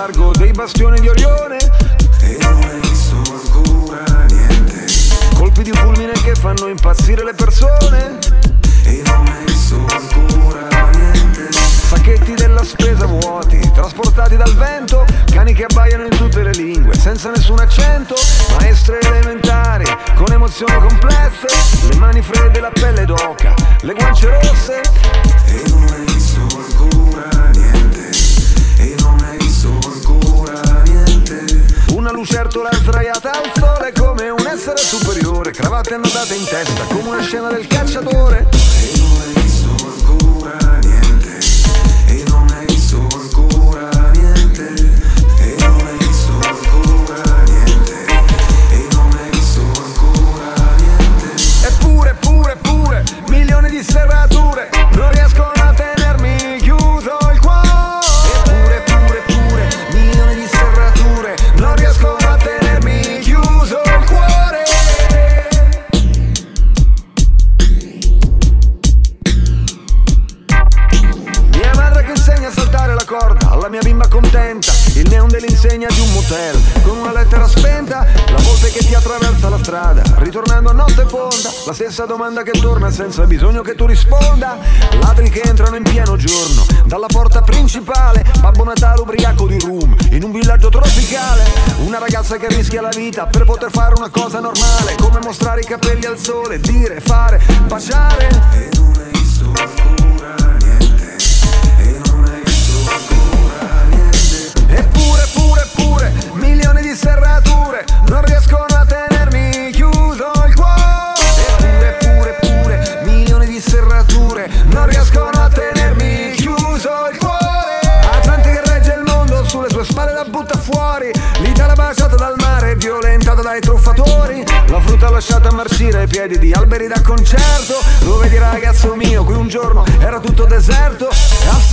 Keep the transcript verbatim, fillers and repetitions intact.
largo dei bastioni di Orione e non hai visto ancora niente. Colpi di fulmine che fanno impazzire le persone e non hai visto ancora niente. Sacchetti della spesa vuoti, trasportati dal vento, cani che abbaiano in tutte le lingue, senza nessun accento, maestre elementari con emozioni complesse, le mani fredde, la pelle d'oca, le guance rosse. E non hai visto ancora niente. E non hai visto ancora niente. Una lucertola sdraiata al sole come un essere superiore, cravatte annodate in testa come una scena del cacciatore. E non hai visto ancora niente. E non hai visto ancora niente. E non hai visto ancora niente. E non hai visto ancora niente. Eppure, eppure, eppure, milioni di serrature non riescono a tenermi chiuso il cuore. Eppure, eppure, eppure, milioni di serrature non riescono a tenermi chiuso il cuore. Mia madre che insegna a saltare la corda alla mia bimba contenta, il neon dell'insegna di un motel con una lettera spenta, la volpe che ti attraversa la strada ritornando a notte fonda, la stessa domanda che torna senza bisogno che tu risponda, ladri che entrano in pieno giorno dalla porta principale, Babbo Natale ubriaco di rum in un villaggio tropicale, una ragazza che rischia la vita per poter fare una cosa normale come mostrare i capelli al sole, dire, fare, baciare. E non hai visto ancora niente. E non hai visto ancora niente. Eppure, eppure, eppure, milioni di serrature non riescono a tenermi chiuso il cuore. Eppure, eppure, eppure, milioni di serrature non riescono a tenermi chiuso il cuore. Atlante che regge il mondo sulle sue spalle la butta fuori, l'Italia baciata dal mare, violentata dai truffatori, la frutta lasciata marcire ai piedi di alberi da concerto. Lo vedi ragazzo mio, qui un giorno era tutto deserto,